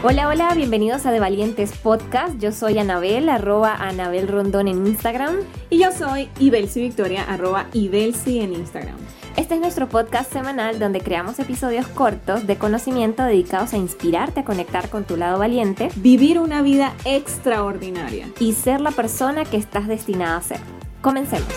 Hola, hola, bienvenidos a De Valientes Podcast. Yo soy Anabel, @AnabelRondón en Instagram. Y yo soy Ibelsi Victoria, @Ibelsi en Instagram. Este es nuestro podcast semanal donde creamos episodios cortos de conocimiento dedicados a inspirarte a conectar con tu lado valiente, vivir una vida extraordinaria y ser la persona que estás destinada a ser. Comencemos.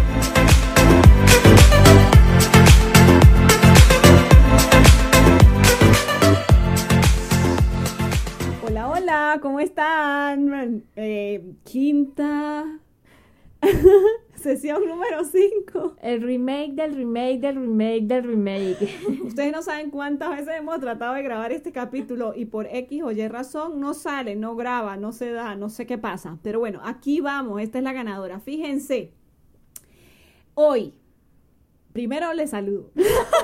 Hola, ¿cómo están? Quinta sesión número 5. El remake del remake. Ustedes no saben cuántas veces hemos tratado de grabar este capítulo y por X o Y razón no sale, no graba, no se da, no sé qué pasa. Pero bueno, aquí vamos, esta es la ganadora. Fíjense, hoy, primero les saludo.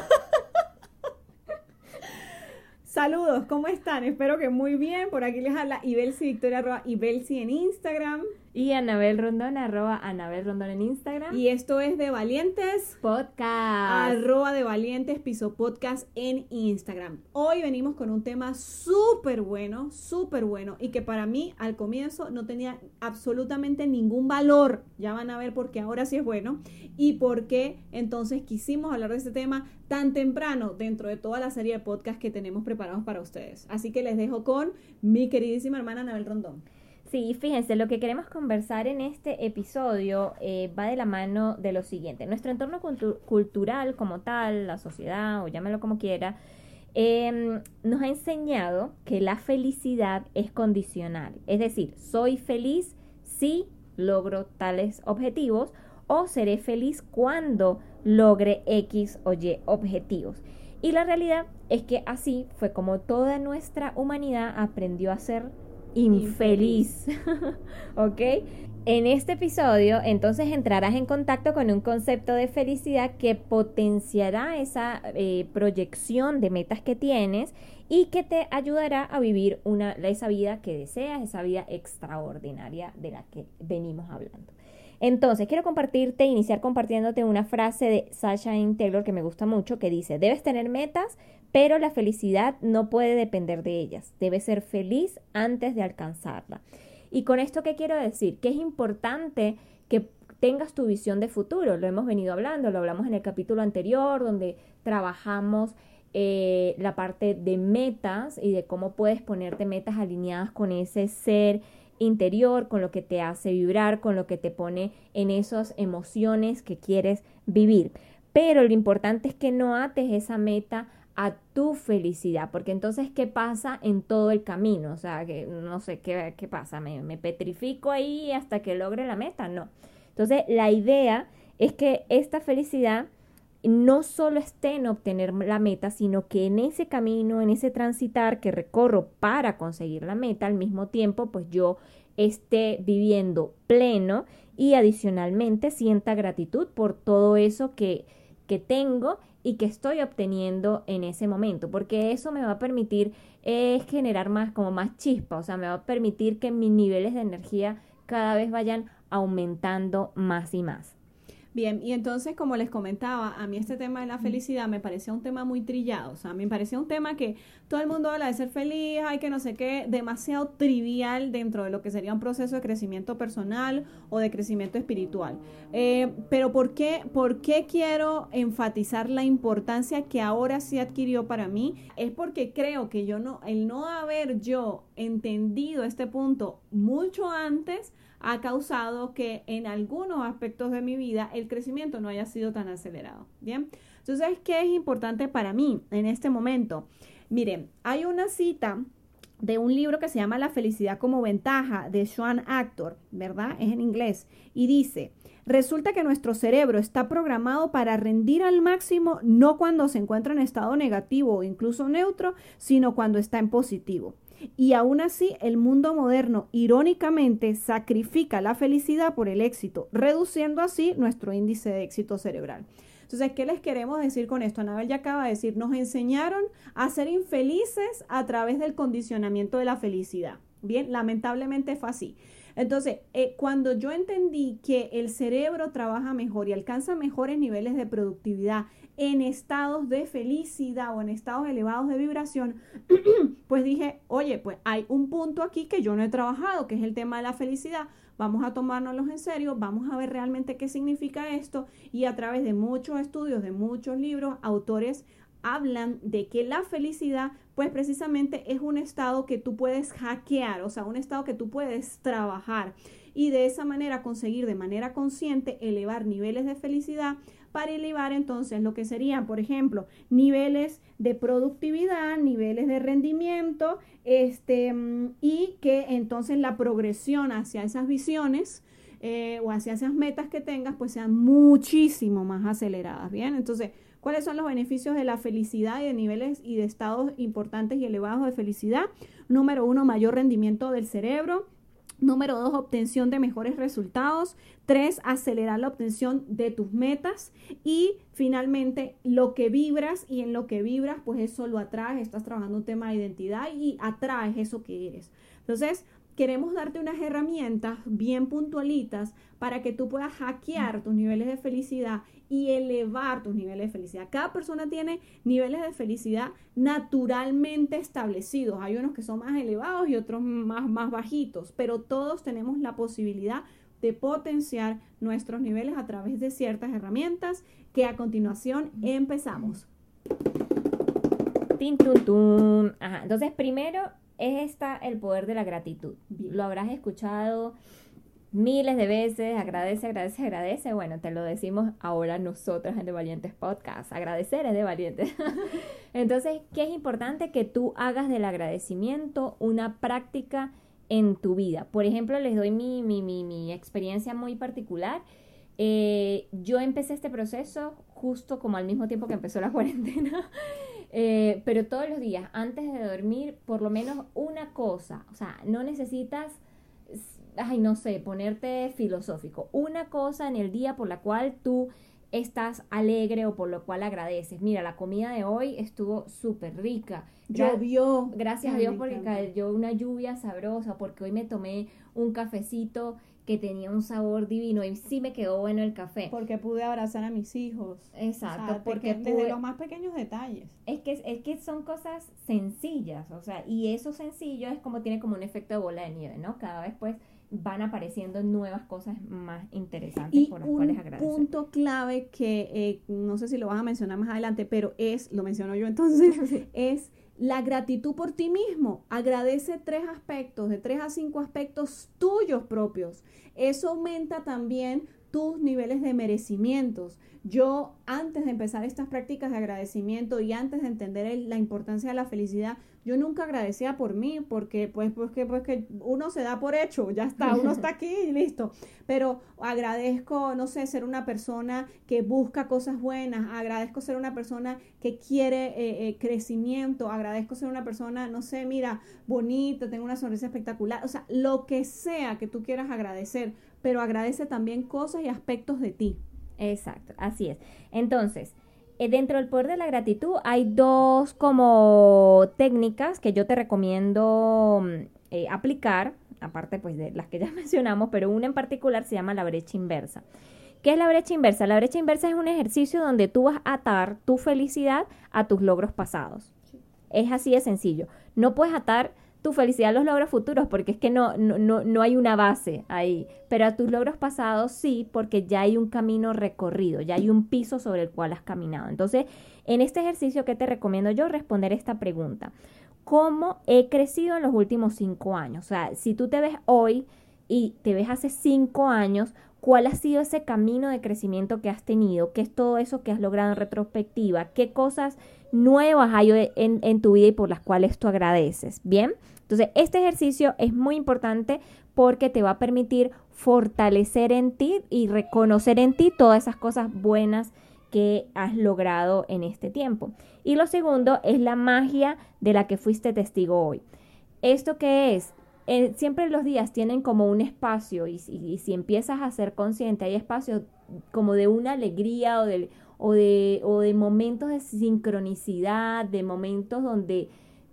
Saludos, ¿cómo están? Espero que muy bien. Por aquí les habla Ibelsi Victoria, @Ibelsi en Instagram. Y Anabel Rondón, @AnabelRondón en Instagram. Y esto es De Valientes Podcast. @De Valientes Piso Podcast en Instagram. Hoy venimos con un tema súper bueno y que para mí al comienzo no tenía absolutamente ningún valor. Ya van a ver por qué ahora sí es bueno y por qué entonces quisimos hablar de este tema tan temprano dentro de toda la serie de podcasts que tenemos preparados para ustedes. Así que les dejo con mi queridísima hermana Anabel Rondón. Sí, fíjense, lo que queremos conversar en este episodio va de la mano de lo siguiente. Nuestro entorno cultural como tal, la sociedad o llámalo como quiera, nos ha enseñado que la felicidad es condicional. Es decir, soy feliz si logro tales objetivos o seré feliz cuando logre X o Y objetivos. Y la realidad es que así fue como toda nuestra humanidad aprendió a ser infeliz. ¿Ok? En este episodio entonces entrarás en contacto con un concepto de felicidad que potenciará esa proyección de metas que tienes y que te ayudará a vivir esa vida que deseas, esa vida extraordinaria de la que venimos hablando. Entonces, quiero iniciar compartiéndote una frase de Sasha Taylor que me gusta mucho, que dice: debes tener metas, pero la felicidad no puede depender de ellas. Debes ser feliz antes de alcanzarla. Y con esto, ¿qué quiero decir? Que es importante que tengas tu visión de futuro. Lo hemos venido hablando, lo hablamos en el capítulo anterior, donde trabajamos la parte de metas y de cómo puedes ponerte metas alineadas con ese ser interior, con lo que te hace vibrar, con lo que te pone en esas emociones que quieres vivir. Pero lo importante es que no ates esa meta a tu felicidad, porque entonces, ¿qué pasa en todo el camino? O sea, que no sé qué pasa, me petrifico ahí hasta que logre la meta, no. Entonces, la idea es que esta felicidad no solo esté en obtener la meta, sino que en ese camino, en ese transitar que recorro para conseguir la meta, al mismo tiempo, pues yo esté viviendo pleno y adicionalmente sienta gratitud por todo eso que tengo y que estoy obteniendo en ese momento, porque eso me va a permitir generar más chispa, o sea, me va a permitir que mis niveles de energía cada vez vayan aumentando más y más. Bien, y entonces, como les comentaba, a mí este tema de la felicidad me parecía un tema muy trillado, o sea, me parecía un tema que todo el mundo habla de ser feliz, hay que no sé qué, demasiado trivial dentro de lo que sería un proceso de crecimiento personal o de crecimiento espiritual. Pero ¿por qué quiero enfatizar la importancia que ahora sí adquirió para mí? Es porque creo que el no haber yo entendido este punto mucho antes ha causado que en algunos aspectos de mi vida el crecimiento no haya sido tan acelerado. Bien, entonces, ¿qué es importante para mí en este momento? Miren, hay una cita de un libro que se llama La felicidad como ventaja, de Sean Actor, ¿verdad? Es en inglés, y dice: resulta que nuestro cerebro está programado para rendir al máximo no cuando se encuentra en estado negativo o incluso neutro, sino cuando está en positivo. Y aún así, el mundo moderno, irónicamente, sacrifica la felicidad por el éxito, reduciendo así nuestro índice de éxito cerebral. Entonces, ¿qué les queremos decir con esto? Anabel ya acaba de decir, nos enseñaron a ser infelices a través del condicionamiento de la felicidad. Bien, lamentablemente fue así. Entonces, cuando yo entendí que el cerebro trabaja mejor y alcanza mejores niveles de productividad en estados de felicidad o en estados elevados de vibración, pues dije, oye, pues hay un punto aquí que yo no he trabajado, que es el tema de la felicidad. Vamos a tomárnoslos en serio, vamos a ver realmente qué significa esto, y a través de muchos estudios, de muchos libros, autores hablan de que la felicidad pues precisamente es un estado que tú puedes hackear, o sea, un estado que tú puedes trabajar y de esa manera conseguir de manera consciente elevar niveles de felicidad para elevar entonces lo que serían, por ejemplo, niveles de productividad, niveles de rendimiento, y que entonces la progresión hacia esas visiones o hacia esas metas que tengas pues sean muchísimo más aceleradas, ¿bien? Entonces, ¿cuáles son los beneficios de la felicidad y de niveles y de estados importantes y elevados de felicidad? Número 1, mayor rendimiento del cerebro. Número 2, obtención de mejores resultados. 3, acelerar la obtención de tus metas. Y finalmente, lo que vibras, y en lo que vibras, pues eso lo atraes. Estás trabajando un tema de identidad y atraes eso que eres. Entonces, queremos darte unas herramientas bien puntualitas para que tú puedas hackear tus niveles de felicidad y elevar tus niveles de felicidad. Cada persona tiene niveles de felicidad naturalmente establecidos. Hay unos que son más elevados y otros más bajitos, pero todos tenemos la posibilidad de potenciar nuestros niveles a través de ciertas herramientas que a continuación empezamos. Tin, tun, tun. Ajá. Entonces, primero es el poder de la gratitud. Bien. Lo habrás escuchado miles de veces, agradece. Bueno, te lo decimos ahora nosotras en De Valientes Podcast. Agradecer es de valientes. Entonces, ¿qué es importante? Que tú hagas del agradecimiento una práctica en tu vida. Por ejemplo, les doy mi experiencia muy particular. Yo empecé este proceso justo como al mismo tiempo que empezó la cuarentena. Pero todos los días, antes de dormir, por lo menos una cosa. O sea, no necesitas, no sé, ponerte filosófico. Una cosa en el día por la cual tú estás alegre o por lo cual agradeces. Mira, la comida de hoy estuvo súper rica. Llovió. Gracias a Dios porque cayó una lluvia sabrosa, porque hoy me tomé un cafecito que tenía un sabor divino y sí me quedó bueno el café. Porque pude abrazar a mis hijos. Exacto, o sea, porque desde los más pequeños detalles. Es que son cosas sencillas, o sea, y eso sencillo es como tiene como un efecto de bola de nieve, ¿no? Cada vez pues van apareciendo nuevas cosas más interesantes y por las cuales agradecer. Un punto clave que no sé si lo vas a mencionar más adelante, pero lo menciono yo entonces, es la gratitud por ti mismo. Agradece 3 aspectos, de 3 a 5 aspectos tuyos propios. Eso aumenta también tus niveles de merecimientos. Yo, antes de empezar estas prácticas de agradecimiento y antes de entender la importancia de la felicidad, yo nunca agradecía por mí, porque pues que uno se da por hecho, ya está, uno está aquí y listo. Pero agradezco, no sé, ser una persona que busca cosas buenas, agradezco ser una persona que quiere crecimiento, agradezco ser una persona, no sé, mira, bonita, tengo una sonrisa espectacular, o sea, lo que sea que tú quieras agradecer, pero agradece también cosas y aspectos de ti. Exacto, así es. Entonces, dentro del poder de la gratitud hay 2 como técnicas que yo te recomiendo aplicar, aparte pues de las que ya mencionamos, pero una en particular se llama la brecha inversa. ¿Qué es la brecha inversa? La brecha inversa es un ejercicio donde tú vas a atar tu felicidad a tus logros pasados. Sí. Es así de sencillo. No puedes atar tu felicidad a los logros futuros porque es que no hay una base ahí, pero a tus logros pasados sí, porque ya hay un camino recorrido, ya hay un piso sobre el cual has caminado. Entonces, en este ejercicio, ¿qué te recomiendo yo? Responder esta pregunta: ¿cómo he crecido en los últimos 5 años? O sea, si tú te ves hoy y te ves hace 5 años, ¿cuál ha sido ese camino de crecimiento que has tenido? ¿Qué es todo eso que has logrado en retrospectiva? ¿Qué cosas nuevas hay en tu vida y por las cuales tú agradeces? ¿Bien? Entonces, este ejercicio es muy importante porque te va a permitir fortalecer en ti y reconocer en ti todas esas cosas buenas que has logrado en este tiempo. Y lo segundo es la magia de la que fuiste testigo hoy. ¿Esto qué es? Siempre los días tienen como un espacio y si empiezas a ser consciente, hay espacios como de una alegría o de momentos de sincronicidad, de momentos donde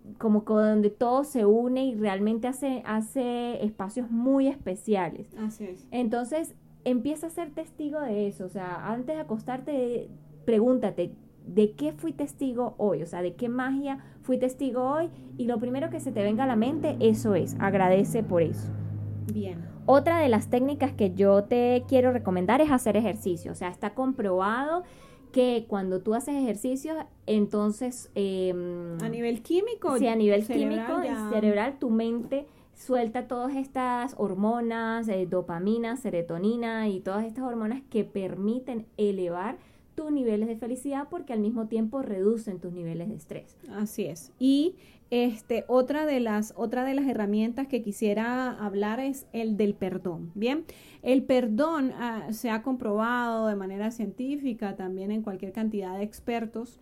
como donde todo se une y realmente hace espacios muy especiales. Así es. Entonces, empieza a ser testigo de eso. O sea, antes de acostarte, pregúntate, ¿de qué fui testigo hoy? O sea, ¿de qué magia fui testigo hoy? Y lo primero que se te venga a la mente, eso es, agradece por eso. Bien. Otra de las técnicas que yo te quiero recomendar es hacer ejercicio. O sea, está comprobado que cuando tú haces ejercicios, entonces... a nivel químico. Sí, a nivel cerebral, químico, ya. cerebral, tu mente suelta todas estas hormonas, dopamina, serotonina y todas estas hormonas que permiten elevar tus niveles de felicidad porque al mismo tiempo reducen tus niveles de estrés. Así es. Y otra de las herramientas que quisiera hablar es el del perdón. Bien, el perdón se ha comprobado de manera científica, también en cualquier cantidad de expertos,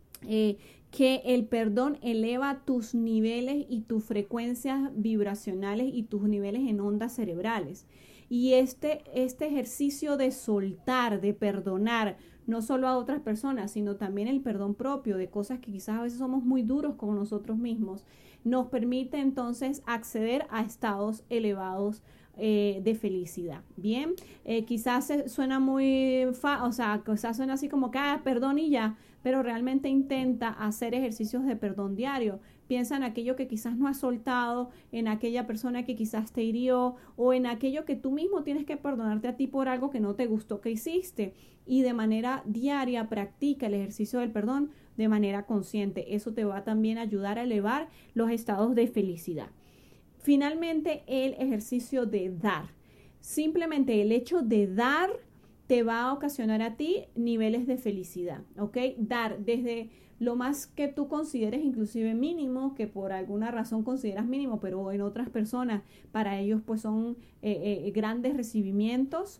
que el perdón eleva tus niveles y tus frecuencias vibracionales y tus niveles en ondas cerebrales. Y este ejercicio de soltar, de perdonar, no solo a otras personas, sino también el perdón propio de cosas que quizás a veces somos muy duros con nosotros mismos, nos permite entonces acceder a estados elevados de felicidad. Bien, quizás suena quizás suena así como que perdón y ya, pero realmente intenta hacer ejercicios de perdón diario. Piensa en aquello que quizás no has soltado, en aquella persona que quizás te hirió o en aquello que tú mismo tienes que perdonarte a ti por algo que no te gustó que hiciste. Y de manera diaria practica el ejercicio del perdón de manera consciente. Eso te va también a ayudar a elevar los estados de felicidad. Finalmente, el ejercicio de dar. Simplemente el hecho de dar te va a ocasionar a ti niveles de felicidad, ¿ok? Dar desde lo más que tú consideres inclusive mínimo, que por alguna razón consideras mínimo, pero en otras personas, para ellos pues son grandes recibimientos.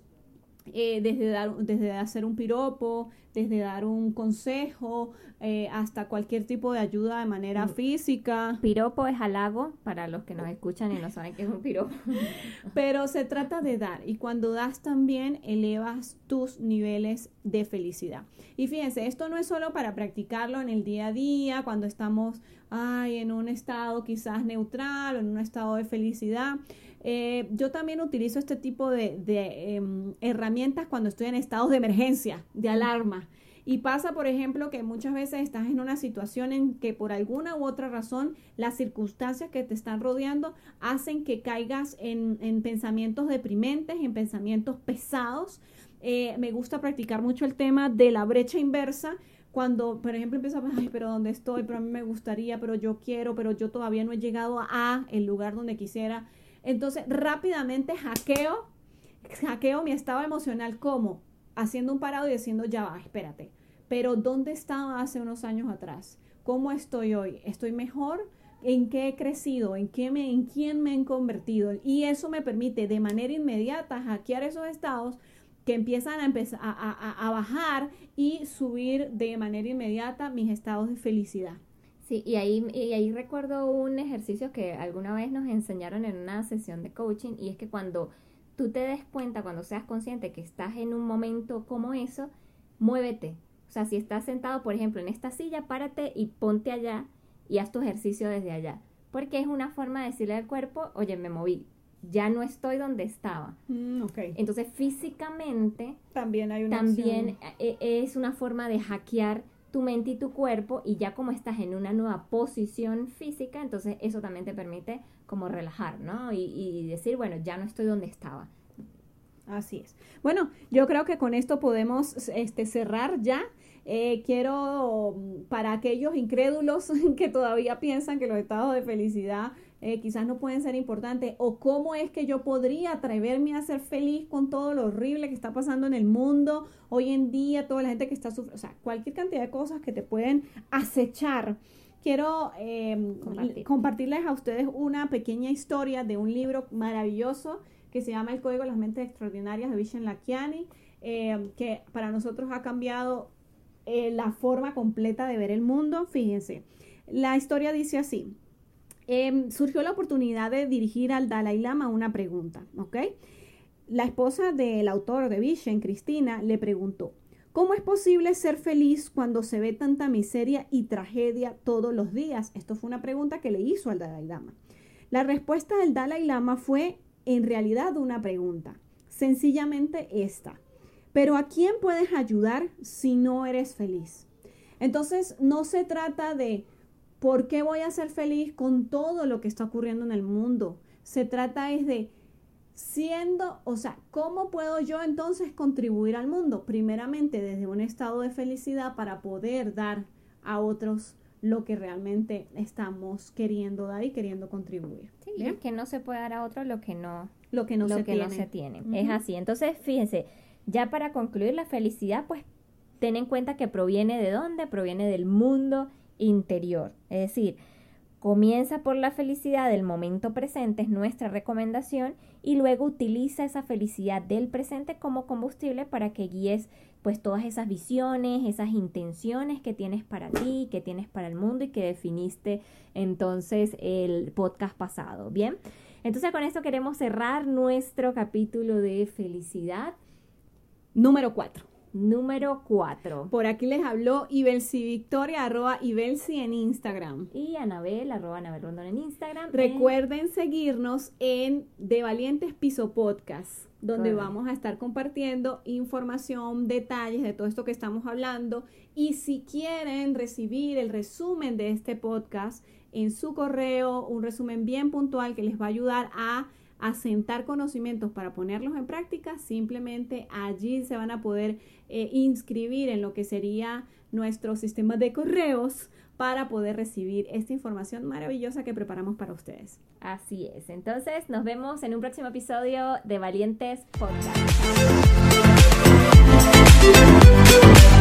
Desde hacer un piropo, desde dar un consejo, hasta cualquier tipo de ayuda de manera física. Piropo es halago para los que nos escuchan y no saben qué es un piropo. Pero se trata de dar, y cuando das también elevas tus niveles de felicidad. Y fíjense, esto no es solo para practicarlo en el día a día, cuando estamos en un estado quizás neutral o en un estado de felicidad. Yo también utilizo este tipo de herramientas cuando estoy en estados de emergencia, de alarma. Y pasa, por ejemplo, que muchas veces estás en una situación en que por alguna u otra razón las circunstancias que te están rodeando hacen que caigas en pensamientos deprimentes, en pensamientos pesados. Me gusta practicar mucho el tema de la brecha inversa. Cuando, por ejemplo, empiezo a pensar, pero ¿dónde estoy? Pero a mí me gustaría, pero yo quiero, pero yo todavía no he llegado a el lugar donde quisiera. Entonces, rápidamente hackeo mi estado emocional. ¿Cómo? Haciendo un parado y diciendo, ya va, espérate. Pero ¿dónde estaba hace unos años atrás? ¿Cómo estoy hoy? ¿Estoy mejor? ¿En qué he crecido? ¿En quién me he convertido? Y eso me permite de manera inmediata hackear esos estados que empiezan a bajar y subir de manera inmediata mis estados de felicidad. Sí, y ahí recuerdo un ejercicio que alguna vez nos enseñaron en una sesión de coaching, y es que cuando tú te des cuenta, cuando seas consciente que estás en un momento como eso, muévete. O sea, si estás sentado, por ejemplo, en esta silla, párate y ponte allá y haz tu ejercicio desde allá. Porque es una forma de decirle al cuerpo, oye, me moví, ya no estoy donde estaba. Okay. Entonces, físicamente, también es una forma de hackear tu mente y tu cuerpo, y ya como estás en una nueva posición física, entonces eso también te permite como relajar, ¿no? Y decir, bueno, ya no estoy donde estaba. Así es. Bueno, yo creo que con esto podemos cerrar ya. Quiero, para aquellos incrédulos que todavía piensan que los estados de felicidad quizás no pueden ser importantes, o cómo es que yo podría atreverme a ser feliz con todo lo horrible que está pasando en el mundo hoy en día, toda la gente que está sufriendo, o sea, cualquier cantidad de cosas que te pueden acechar. Quiero compartirles a ustedes una pequeña historia de un libro maravilloso que se llama El Código de las Mentes Extraordinarias de Vishen Lakhiani, que para nosotros ha cambiado la forma completa de ver el mundo. Fíjense, la historia dice así. Surgió la oportunidad de dirigir al Dalai Lama una pregunta, ¿ok? La esposa del autor de Vishen, Cristina, le preguntó, ¿Cómo es posible ser feliz cuando se ve tanta miseria y tragedia todos los días? Esto fue una pregunta que le hizo al Dalai Lama. La respuesta del Dalai Lama fue en realidad una pregunta, sencillamente esta. ¿Pero a quién puedes ayudar si no eres feliz? Entonces, no se trata de ¿por qué voy a ser feliz con todo lo que está ocurriendo en el mundo? Se trata es de ¿cómo puedo yo entonces contribuir al mundo? Primeramente desde un estado de felicidad para poder dar a otros lo que realmente estamos queriendo dar y queriendo contribuir. Sí, es que no se puede dar a otros lo que no se tiene. Uh-huh. Es así. Entonces, fíjense, ya para concluir, la felicidad, pues, ten en cuenta que proviene ¿de dónde? Proviene del mundo interior. Es decir, comienza por la felicidad del momento presente, es nuestra recomendación, y luego utiliza esa felicidad del presente como combustible para que guíes pues todas esas visiones, esas intenciones que tienes para ti, que tienes para el mundo y que definiste entonces el podcast pasado. Bien, entonces con esto queremos cerrar nuestro capítulo de felicidad. Número 4. Por aquí les habló Ibelsi Victoria, @Ibelsi en Instagram. Y Anabel, @Anabel Rondón en Instagram. Recuerden seguirnos en De Valientes Piso Podcast, donde Correcto. vamos a estar compartiendo información, detalles de todo esto que estamos hablando. Y si quieren recibir el resumen de este podcast en su correo, un resumen bien puntual que les va a ayudar a asentar conocimientos para ponerlos en práctica, simplemente allí se van a poder inscribir en lo que sería nuestro sistema de correos para poder recibir esta información maravillosa que preparamos para ustedes. Así es. Entonces, nos vemos en un próximo episodio de Valientes Podcast.